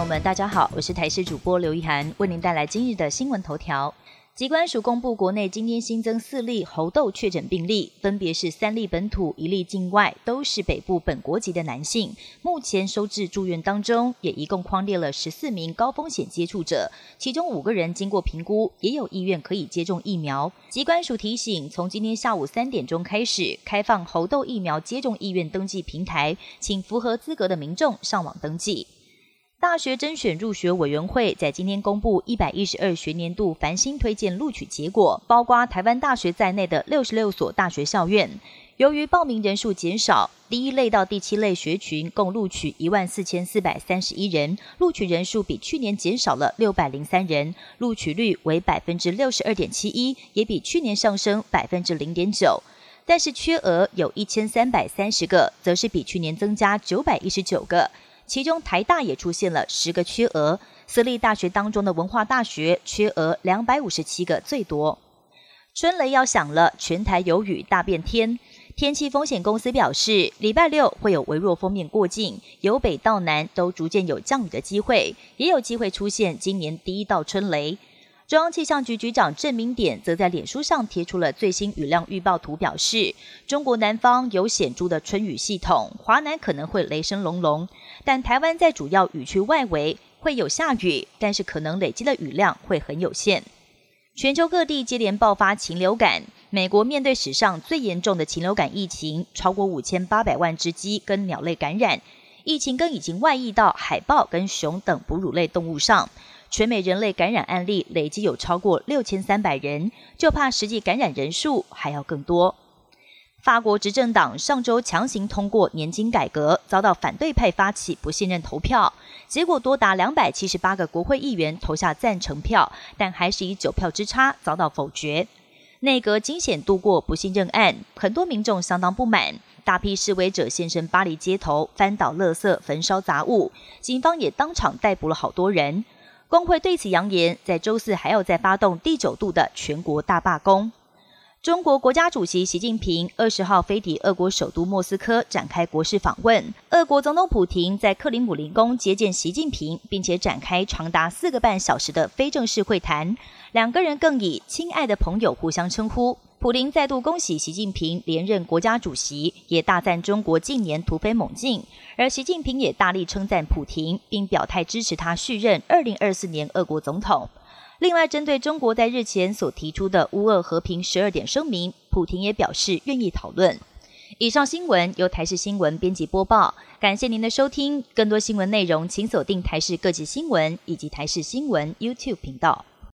们，大家好，我是台视主播刘一涵，为您带来今日的新闻头条。疾管署公布，国内今天新增4例猴痘确诊病例，分别是3例本土，1例境外，都是北部本国籍的男性，目前收治住院当中，也一共匡列了14名高风险接触者，其中5个人经过评估，也有意愿可以接种疫苗。疾管署提醒，从今天下午3点钟开始，开放猴痘疫苗接种意愿登记平台，请符合资格的民众上网登记。大学甄选入学委员会在今天公布112学年度繁星推荐录取结果，包括台湾大学在内的66所大学校院。由于报名人数减少，第1类到第7类学群共录取14431人，录取人数比去年减少了603人，录取率为 62.71%， 也比去年上升 0.9%。但是缺额有1330个，则是比去年增加919个。其中台大也出现了10个缺额，私立大学当中的文化大学缺额257个最多。春雷要响了，全台有雨大变天。天气风险公司表示，礼拜6会有微弱锋面过境，由北到南都逐渐有降雨的机会，也有机会出现今年第一道春雷。中央气象局局长郑明典则在脸书上贴出了最新雨量预报图，表示中国南方有显著的春雨系统，华南可能会雷声隆隆，但台湾在主要雨区外围会有下雨，但是可能累积的雨量会很有限。全球各地接连爆发禽流感，美国面对史上最严重的禽流感疫情，超过5800万只鸡跟鸟类感染，疫情更已经外溢到海豹跟熊等哺乳类动物上。全美人类感染案例累计有超过6300人，就怕实际感染人数还要更多。法国执政党上周强行通过年金改革，遭到反对派发起不信任投票，结果多达278个国会议员投下赞成票，但还是以9票之差遭到否决。内阁惊险度过不信任案，很多民众相当不满，大批示威者现身巴黎街头，翻倒垃圾，焚烧杂物，警方也当场逮捕了好多人。工会对此扬言，在周4还要再发动第9度的全国大罢工。中国国家主席习近平20号飞抵俄国首都莫斯科，展开国事访问。俄国总统普亭在克里姆林宫接见习近平，并且展开长达4个半小时的非正式会谈，两个人更以亲爱的朋友互相称呼。普亭再度恭喜习近平连任国家主席，也大赞中国近年突飞猛进，而习近平也大力称赞普亭，并表态支持他续任2024年俄国总统。另外，针对中国在日前所提出的乌俄和平12点声明，普亭也表示愿意讨论。以上新闻由台视新闻编辑播报，感谢您的收听。更多新闻内容请锁定台视各级新闻以及台视新闻 YouTube 频道。